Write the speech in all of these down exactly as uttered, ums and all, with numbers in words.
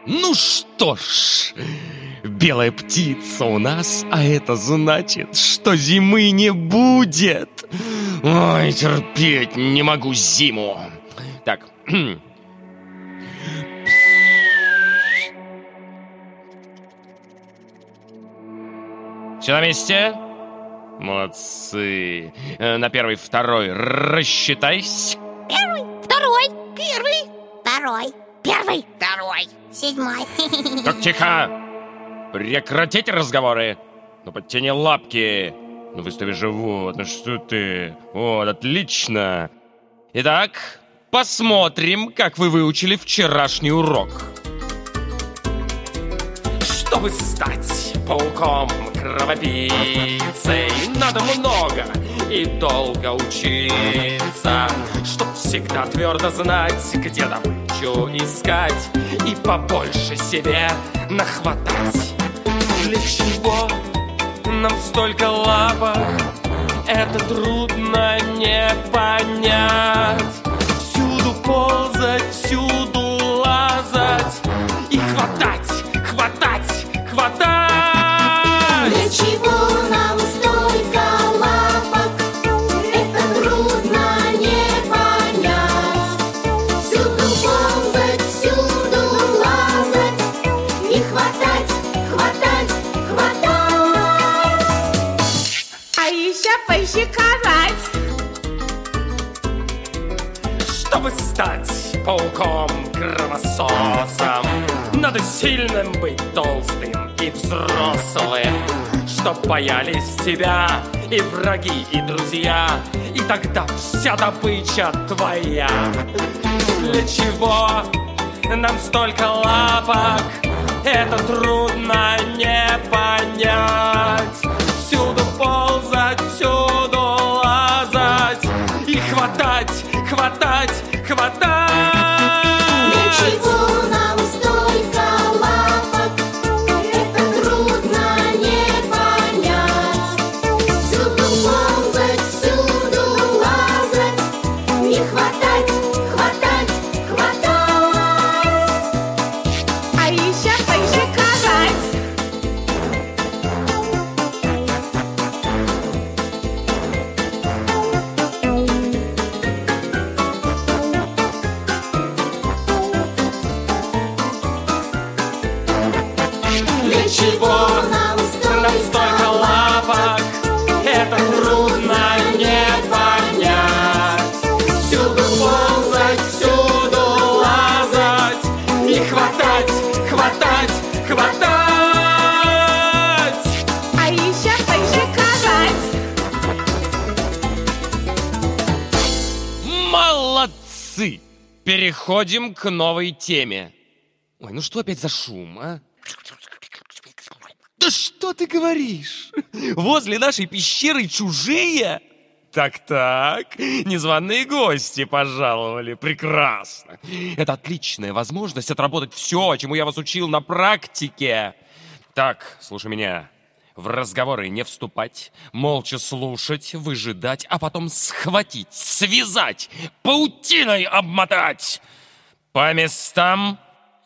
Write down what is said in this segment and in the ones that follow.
Ну что ж, белая птица у нас, а это значит, что зимы не будет. Ой, терпеть не могу зиму. Так. Все на месте? Молодцы. На первый, второй рассчитайся. Первый, второй, первый, второй, первый, второй, седьмой. Так, тихо! Прекратите разговоры! Ну, подтяни лапки! Ну, выстави живот, ну что ты? Вот, отлично! Итак, посмотрим, как вы выучили вчерашний урок. Чтобы стать пауком-кровопийцей, надо много и долго учиться, чтоб всегда твердо знать, где добычу искать и побольше себе нахватать. Для чего нам столько лапок? Это трудно не понять. Всюду ползать, всюду лазать и хватать, хватать, хватать. Для чего нам столько лапок? Это трудно не понять. Всюду ползать, всюду лазать и хватать, хватать, хватать. А еще пощекотать. Чтобы стать пауком-кровососом, надо сильным быть, толстым и взрослым, чтоб боялись тебя и враги, и друзья, и тогда вся добыча твоя. Для чего нам столько лапок? Это трудно не понять. Всюду ползать, всюду лазать и хватать, хватать, хватать. Для чего нам столько лапок? Это трудно не понять. Всюду ползать, всюду лазать и хватать, хватать, хватать. А еще пощекотать. Для чего нам столько лапок? Это трудно не понять. Всюду ползать, всюду лазать и хватать, хватать, хватать. А еще пощекотать. Молодцы! Переходим к новой теме. Ой, ну что опять за шум, а? Да что ты говоришь? Возле нашей пещеры чужие? Так-так, незваные гости пожаловали. Прекрасно. Это отличная возможность отработать все, чему я вас учил на практике. Так, слушай меня. В разговоры не вступать, молча слушать, выжидать, а потом схватить, связать, паутиной обмотать. По местам.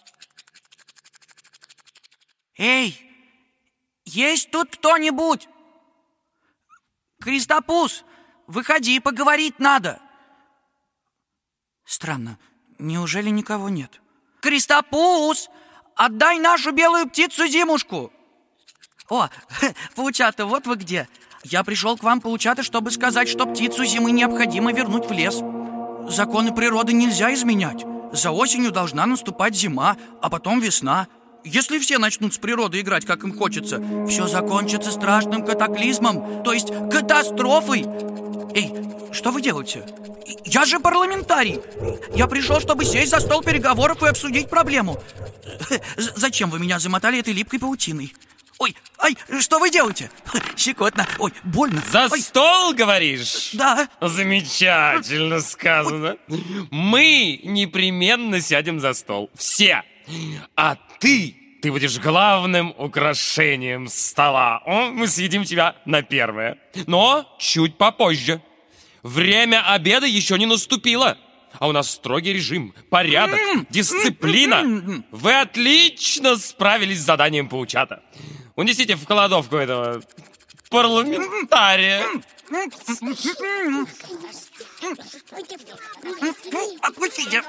Эй, есть тут кто-нибудь? Христопус, выходи, поговорить надо. Странно, неужели никого нет? Христопус, отдай нашу белую птицу Зимушку. О, паучата, вот вы где. Я пришел к вам, паучата, чтобы сказать, что птицу зимы необходимо вернуть в лес. Законы природы нельзя изменять. За осенью должна наступать зима, а потом весна. Если все начнут с природой играть, как им хочется, все закончится страшным катаклизмом, то есть катастрофой. Эй, что вы делаете? Я же парламентарий. Я пришел, чтобы сесть за стол переговоров и обсудить проблему. Зачем вы меня замотали этой липкой паутиной? Ой, ай, что вы делаете? Щекотно, ой, больно. За ой. стол, говоришь? Да. Замечательно сказано. Мы непременно сядем за стол. Все. А ты, ты будешь главным украшением стола. О, мы съедим тебя на первое. Но чуть попозже. Время обеда еще не наступило. А у нас строгий режим, порядок, дисциплина. Вы отлично справились с заданием паучата. Унесите в кладовку этого парламентария. Отпустите.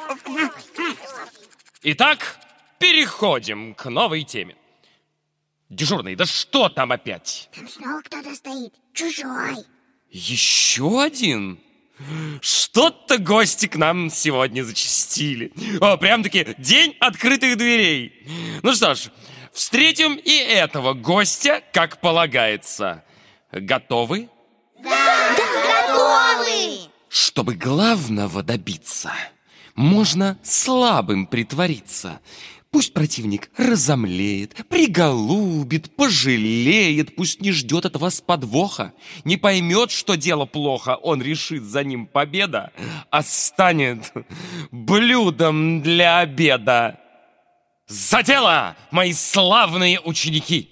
Итак, переходим к новой теме. Дежурный, да что там опять? Там снова кто-то стоит, чужой. Еще один? Что-то гости к нам сегодня зачастили. О, прям-таки день открытых дверей. Ну что ж, встретим и этого гостя, как полагается. Готовы? Да, готовы! Чтобы главного добиться, можно слабым притвориться. Пусть противник разомлеет, приголубит, пожалеет, пусть не ждет от вас подвоха, не поймет, что дело плохо, он решит, за ним победа, а станет блюдом для обеда. За дело, мои славные ученики!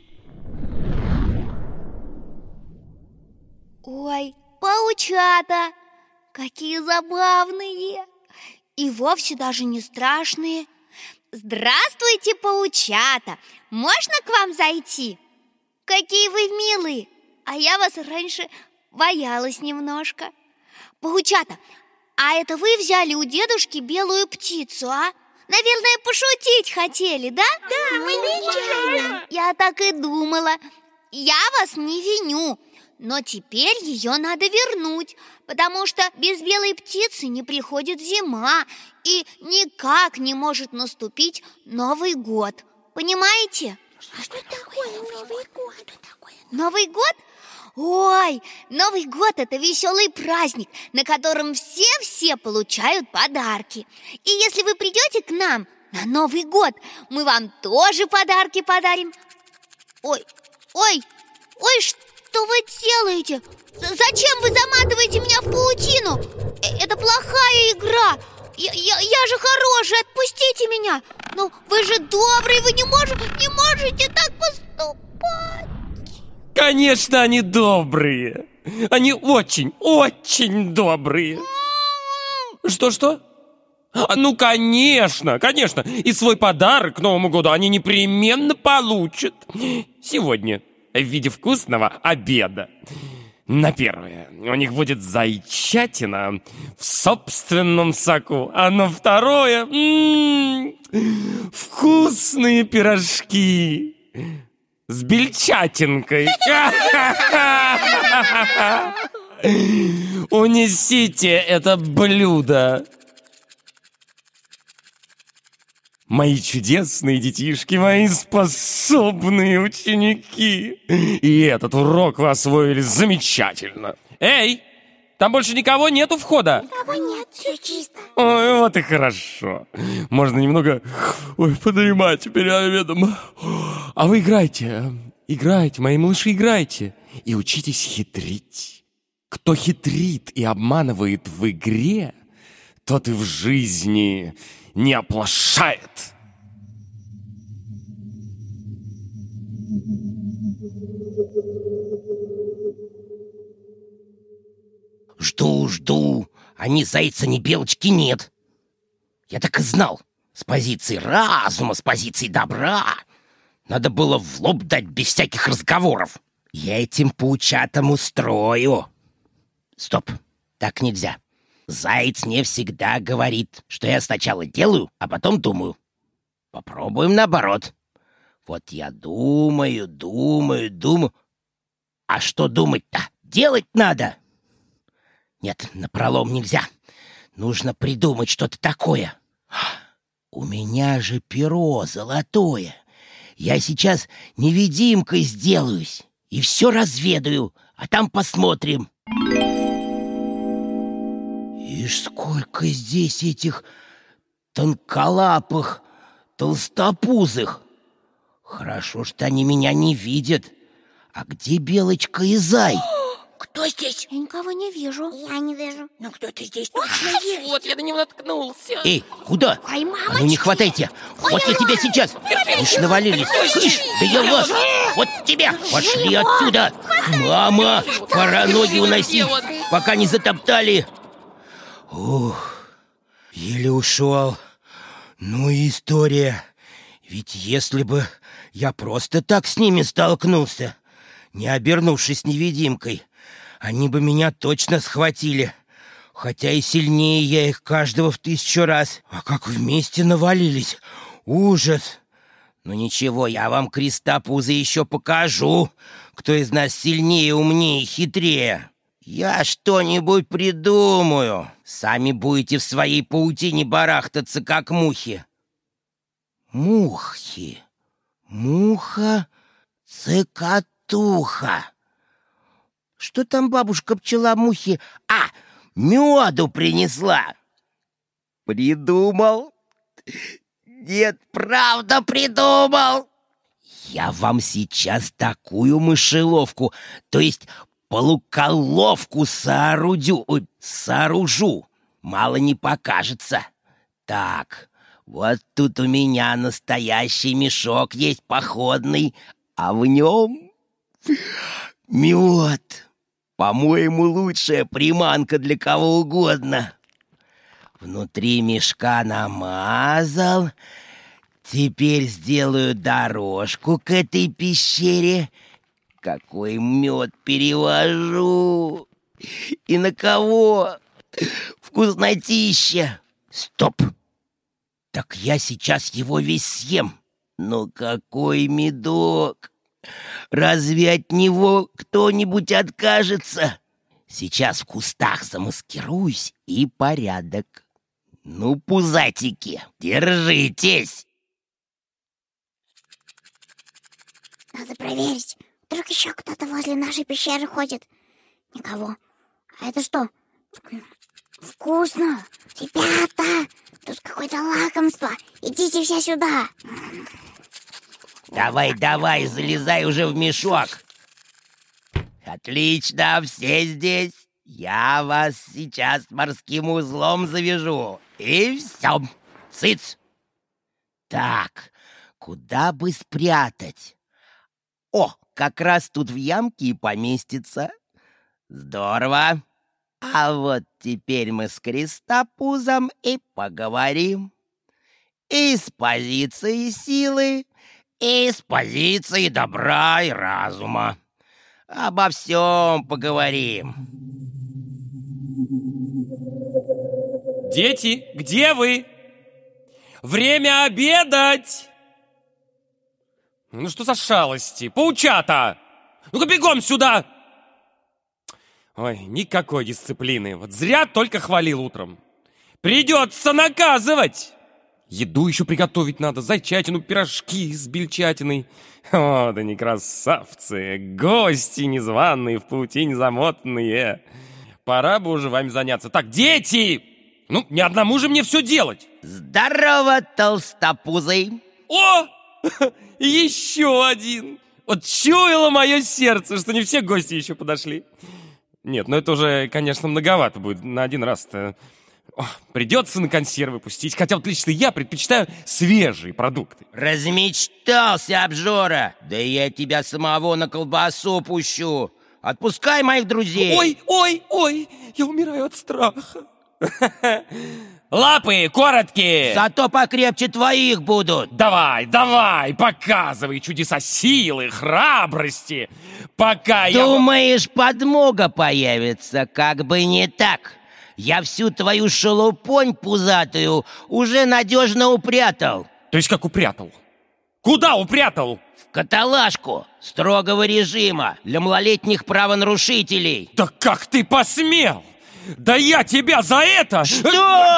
Ой, паучата, какие забавные и вовсе даже не страшные. Здравствуйте, паучата! Можно к вам зайти? Какие вы милые! А я вас раньше боялась немножко. Паучата, а это вы взяли у дедушки белую птицу, а? Наверное, пошутить хотели, да? Да, мы нечаянно. Я так и думала. Я вас не виню, но теперь ее надо вернуть, потому что без белой птицы не приходит зима и никак не может наступить Новый год. Понимаете? А что такое Новый год? Новый год? Ой, Новый год – это веселый праздник, на котором все-все получают подарки. И если вы придете к нам на Новый год, мы вам тоже подарки подарим. Ой, ой, ой, что вы делаете? Зачем вы заматываете меня в паутину? Это плохая игра. Я, я, я же хороший, отпустите меня. Ну, вы же добрый, вы не можете, не можете так поступать. Конечно, они добрые. Они очень, очень добрые. Что-что? А, ну, конечно, конечно. И свой подарок к Новому году они непременно получат сегодня в виде вкусного обеда. На первое у них будет зайчатина в собственном соку, а на второе м-м, вкусные пирожки с бельчатинкой. Унесите это блюдо. Мои чудесные детишки, мои способные ученики. И этот урок вы освоили замечательно. Эй, там больше никого нет у входа? Никого нет, все чисто. Ой, вот и хорошо. Можно немного ой, подремать перед обедом. А вы играйте, играйте, мои малыши, играйте. И учитесь хитрить. Кто хитрит и обманывает в игре, тот и в жизни не оплошает. Жду, жду, а ни зайца, ни белочки нет. Я так и знал. С позиции разума, с позиции добра. Надо было в лоб дать без всяких разговоров. Я этим паучатам устрою. Стоп, так нельзя. Заяц не всегда говорит, что я сначала делаю, а потом думаю. Попробуем наоборот. Вот я думаю, думаю, думаю. А что думать-то? Делать надо. Нет, напролом нельзя. Нужно придумать что-то такое. У меня же перо золотое. Я сейчас невидимкой сделаюсь и все разведаю, а там посмотрим. Ишь, сколько здесь этих тонколапых, толстопузых. Хорошо, что они меня не видят. А где Белочка и Зай? Кто здесь? Я никого не вижу. Я не вижу. Ну, кто-то здесь точно есть. Вот я на него наткнулся. Эй, куда? Ой, А ну не хватайте. Вот я тебя сейчас. Ишь, навалились. Слышь, да я вас. Вот тебя. Пошли отсюда. Мама, пора ноги уносить, пока не затоптали. Ух, Еле ушел. Ну и история. Ведь если бы я просто так с ними столкнулся, не обернувшись невидимкой, они бы меня точно схватили. Хотя и сильнее я их каждого в тысячу раз. А как вместе навалились. Ужас. Ну ничего, я вам, крестопузы, еще покажу, кто из нас сильнее, умнее и хитрее. Я что-нибудь придумаю. Сами будете в своей паутине барахтаться, как мухи. Мухи. Муха-цикатуха. Что там бабушка-пчела мухи? А, меду принесла. Придумал? Нет, правда придумал. Я вам сейчас такую мышеловку, то есть полуколовку соорудю, ой, сооружу. Мало не покажется. Так, вот тут у меня настоящий мешок есть походный, а в нем мед. По-моему, лучшая приманка для кого угодно. Внутри мешка намазал. Теперь сделаю дорожку к этой пещере. Какой мед перевожу! И на кого? Вкуснотища! Стоп! Так я сейчас его весь съем. Ну какой медок! Разве от него кто-нибудь откажется? Сейчас в кустах замаскируюсь и порядок. Ну, пузатики, держитесь! Надо проверить. Вдруг еще кто-то возле нашей пещеры ходит. Никого. А это что? Вкусно! Ребята, тут какое-то лакомство. Идите все сюда. Давай, давай, залезай уже в мешок. Отлично, все здесь. Я вас сейчас морским узлом завяжу. И все. Цыц. Так, куда бы спрятать? О, как раз тут в ямке и поместится. Здорово. А вот теперь мы с крестопузом и поговорим. И с позиции силы, и с позиции добра и разума. Обо всем поговорим. Дети, где вы? Время обедать! Ну что за шалости? Паучата! Ну-ка бегом сюда! Ой, никакой дисциплины. Вот зря только хвалил утром. Придется наказывать! Еду еще приготовить надо, зайчатину, пирожки с бельчатиной. О, да не красавцы, гости незваные, в паутине замотанные. Пора бы уже вами заняться. Так, дети! Ну, не одному же мне все делать. Здорово, толстопузый. О, еще один. Вот чуяло мое сердце, что не все гости еще подошли. Нет, ну это уже, конечно, многовато будет на один раз-то. О, придется на консервы пустить. Хотя вот лично я предпочитаю свежие продукты. Размечтался, обжора. Да я тебя самого на колбасу пущу. Отпускай моих друзей. Ой, ой, ой, я умираю от страха. Лапы короткие. Зато покрепче твоих будут. Давай, давай, показывай чудеса силы, храбрости. Пока я... Думаешь, подмога появится? Как бы не так. Я всю твою шелупонь пузатую уже надежно упрятал. То есть как упрятал? Куда упрятал? В каталажку строгого режима для малолетних правонарушителей. Да как ты посмел? Да я тебя за это... Что?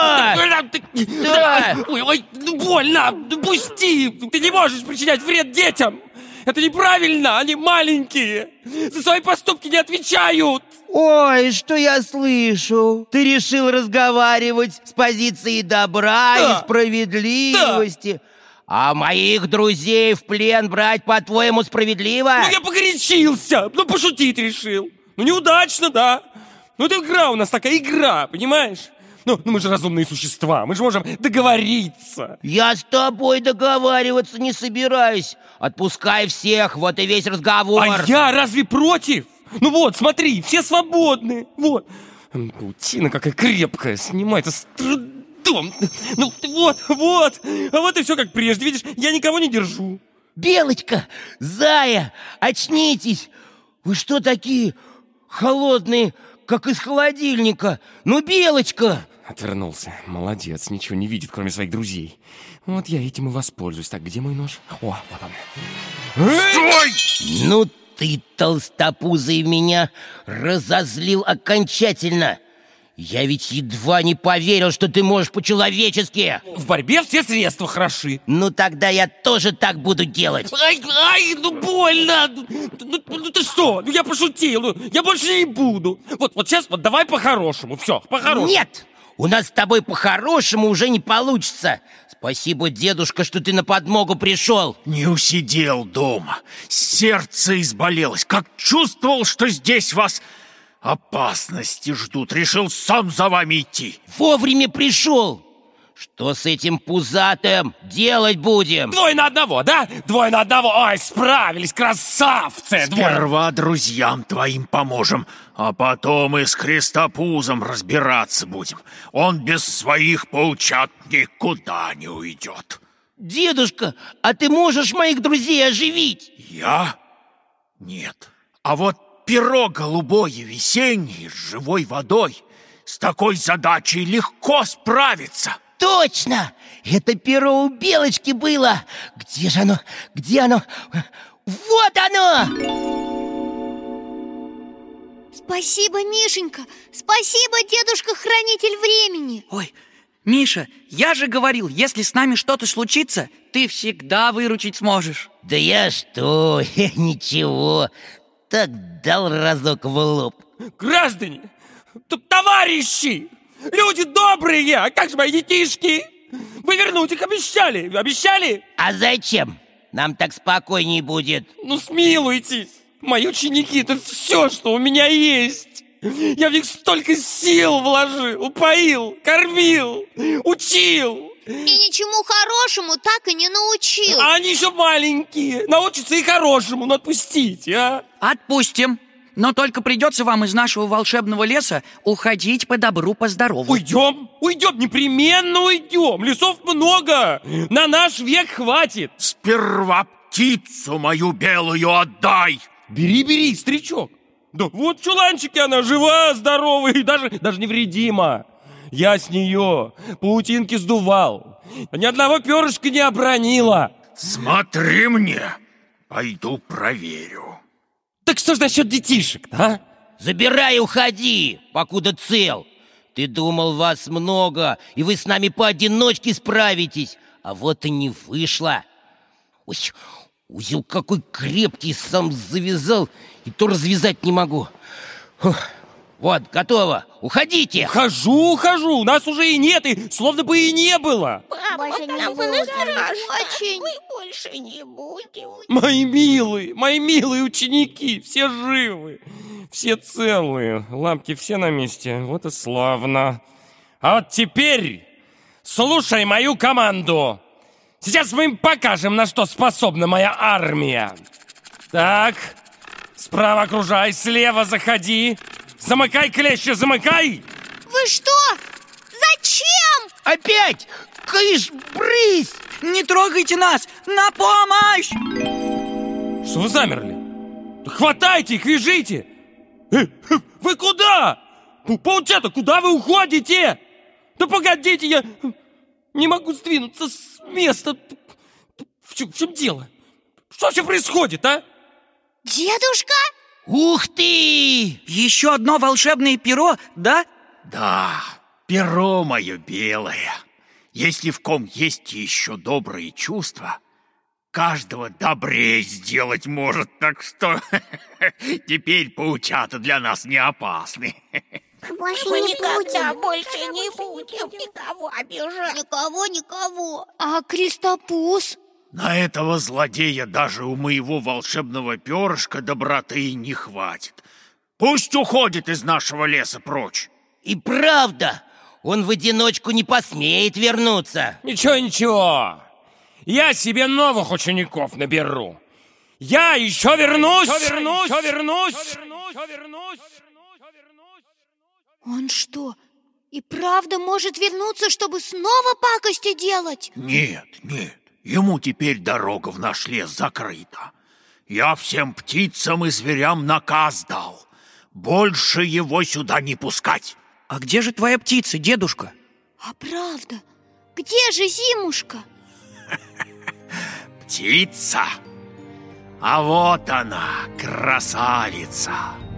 Да. Ой, ой, больно, пусти. Ты не можешь причинять вред детям. Это неправильно, они маленькие. За свои поступки не отвечают. Ой, что я слышу? Ты решил разговаривать с позиции добра Да. и справедливости. Да. А моих друзей в плен брать, по-твоему, справедливо? Ну я погорячился, ну пошутить решил. Ну неудачно, да. Ну это игра у нас такая, игра, понимаешь? Ну, ну мы же разумные существа, мы же можем договориться. Я с тобой договариваться не собираюсь. Отпускай всех, вот и весь разговор. А я разве против? Ну вот, смотри, все свободны. Вот. Паутина какая крепкая, снимается с трудом. дом. Ну, вот, вот. А вот и все как прежде. Видишь, я никого не держу. Белочка, Зая, очнитесь! Вы что такие холодные, как из холодильника? Ну, Белочка! Отвернулся. Молодец, ничего не видит, кроме своих друзей. Вот я этим и воспользуюсь. Так, где мой нож? О, вот он. Стой! Ну, ты, толстопузый, меня разозлил окончательно. Я ведь едва не поверил, что ты можешь по-человечески. В борьбе все средства хороши. Ну, тогда я тоже так буду делать. Ай, ай, ну больно. Ну, ну, ну ты что? Ну я пошутил. Ну, я больше не буду. Вот, вот сейчас вот давай по-хорошему. Все, по-хорошему. Нет, у нас с тобой по-хорошему уже не получится. Спасибо, дедушка, что ты на подмогу пришел. Не усидел дома. Сердце изболелось. Как чувствовал, что здесь вас опасности ждут. Решил сам за вами идти. Вовремя пришел. Что с этим пузатым делать будем? Двое на одного, да? Двое на одного. Ой, справились, красавцы. Двое. Сперва друзьям твоим поможем, а потом и с Христопузом разбираться будем. Он без своих паучат никуда не уйдет. Дедушка, а ты можешь моих друзей оживить? Я? Нет. А вот перо голубое весеннее с живой водой с такой задачей легко справиться. Точно! Это перо у Белочки было. Где же оно? Где оно? Вот оно! Спасибо, Мишенька. Спасибо, дедушка-хранитель времени. Ой, Миша, я же говорил, если с нами что-то случится, ты всегда выручить сможешь. Да я что? Ничего. Так дал разок в лоб. Граждане, тут товарищи, люди добрые, а как же мои детишки? Вы вернуть их обещали, обещали? А зачем? Нам так спокойней будет. Ну, смилуйтесь. Мои ученики — это все, что у меня есть. Я в них столько сил вложил, упоил, кормил, учил. И ничему хорошему так и не научил. А они еще маленькие, научатся и хорошему, ну отпустите, а? Отпустим. Но только придется вам из нашего волшебного леса уходить по добру, по здорову. Уйдем, уйдем, непременно уйдем. Лесов много, на наш век хватит. Сперва птицу мою белую отдай. Бери, бери, старичок. Да вот в чуланчике она жива, здорова и даже, даже невредима. Я с нее паутинки сдувал. Ни одного перышка не обронила. Смотри мне. Пойду проверю. Так что ж насчет детишек-то, а? Забирай и уходи, покуда цел. Ты думал, вас много, и вы с нами поодиночке справитесь. А вот и не вышло. Ой, узел какой крепкий, сам завязал, и то развязать не могу. Фух. Вот, готово. Уходите. Ухожу, ухожу. Нас уже и нет, и словно бы и не было. Больше не Нам будем. было страшно. Очень. Мы больше не будем. Мои милые, мои милые ученики, все живы, все целые, лапки все на месте, вот и славно. А вот теперь слушай мою команду. Сейчас мы им покажем, на что способна моя армия. Так, справа окружай, слева заходи. Замыкай клещи, замыкай! Вы что? Зачем? Опять! Кыш, брысь! Не трогайте нас! На помощь! Что вы замерли? Да хватайте их, вяжите! Э, э, вы куда? Паучата, куда вы уходите? Да погодите, я не могу сдвинуться с места. В чем, в чем дело? Что вообще происходит, а? Дедушка? Ух ты! Еще одно волшебное перо, да? Да, перо мое белое. Если в ком есть еще добрые чувства, каждого добрее сделать может. Так что теперь паучата для нас не опасны. Больше Мы не никогда будем. больше не будем никого обижать. Никого, никого. А Христопуз? На этого злодея даже у моего волшебного перышка доброты не хватит. Пусть уходит из нашего леса прочь. И правда, он в одиночку не посмеет вернуться. Ничего, ничего. Я себе новых учеников наберу. Я еще вернусь! Еще вернусь! Еще вернусь! Он что, и правда может вернуться, чтобы снова пакости делать? Нет, нет, ему теперь дорога в наш лес закрыта. Я всем птицам и зверям наказ дал: больше его сюда не пускать. А где же твоя птица, дедушка? А правда, где же Зимушка? Птица? А вот она, красавица.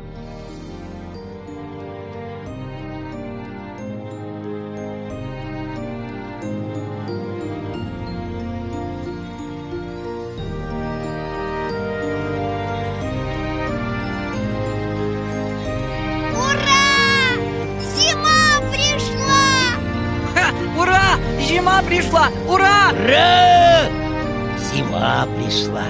Зима пришла! Ура! Ура! Зима пришла.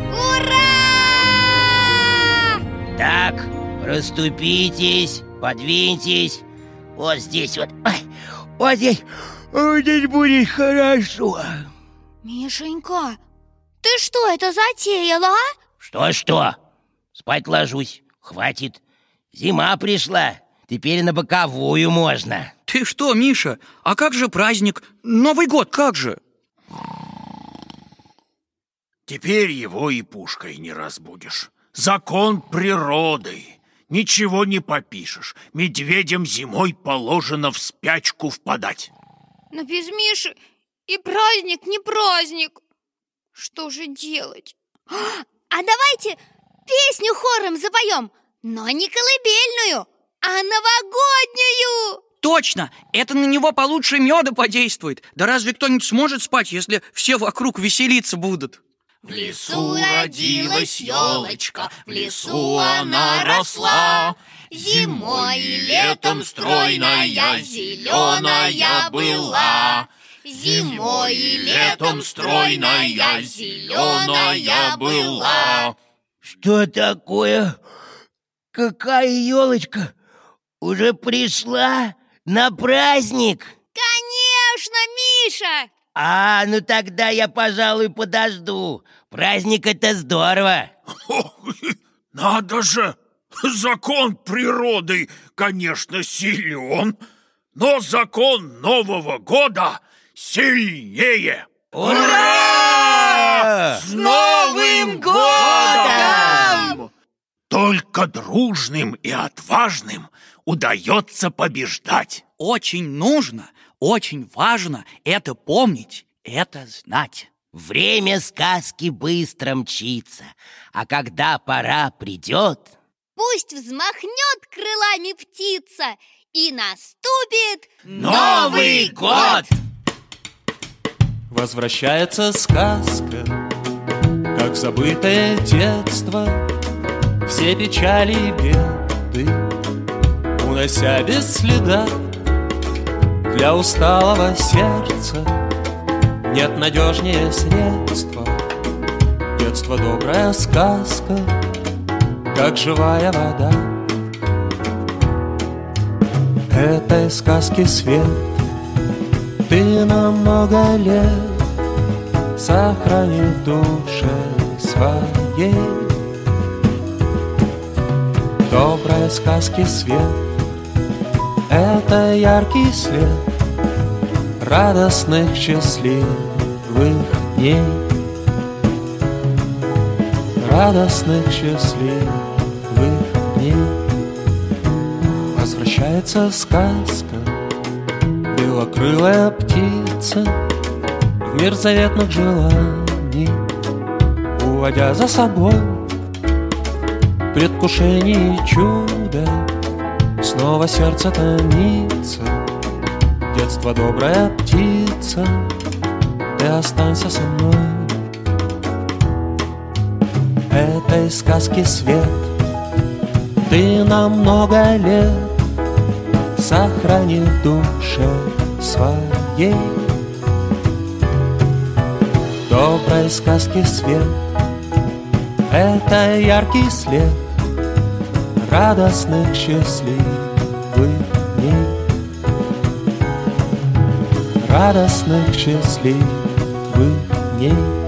Ура! Так, расступитесь, подвиньтесь. Вот здесь вот. Ой, вот здесь. Вот здесь будет хорошо. Мишенька, ты что это затеяла, а? Что-что? Спать ложусь. Хватит. Зима пришла. Теперь на боковую можно. Ты что, Миша? А как же праздник? Новый год, как же? Теперь его и пушкой не разбудишь. Закон природы. Ничего не попишешь. Медведям зимой положено в спячку впадать. Но без Миши и праздник не праздник. Что же делать? А давайте песню хором запоем, но не колыбельную, а новогоднюю! Точно! Это на него получше меда подействует. Да разве кто-нибудь сможет спать, если все вокруг веселиться будут? В лесу родилась елочка, в лесу она росла. Зимой и летом стройная, зеленая была. Зимой и летом стройная, зеленая была. Что такое? Какая елочка? Уже пришла на праздник? Конечно, Миша! А, ну тогда я, пожалуй, подожду. Праздник — это здорово. Ох, надо же! Закон природы, конечно, силен, но закон Нового года сильнее. Ура! С Новым годом! Только дружным и отважным удается побеждать. Очень нужно, очень важно это помнить, это знать. Время сказки быстро мчится, а когда пора придет, пусть взмахнет крылами птица, и наступит Новый год! Возвращается сказка, как забытое детство, все печали и беды унося без следа. Для усталого сердца нет надежнее средства. Детство — добрая сказка, как живая вода. Этой сказки свет ты на много лет сохрани в душе своей. Доброй сказки свет — это яркий след радостных, счастливых дней. Радостных, счастливых дней. Возвращается сказка, белокрылая птица в мир заветных желаний, уводя за собой предвкушение чуда. Снова сердце томится. Детство — добрая птица, ты останься со мной. Этой сказки свет ты на много лет сохрани в душе своей. Доброй сказки свет — это яркий след радостных, счастливых дней. Радостных, счастливых дней.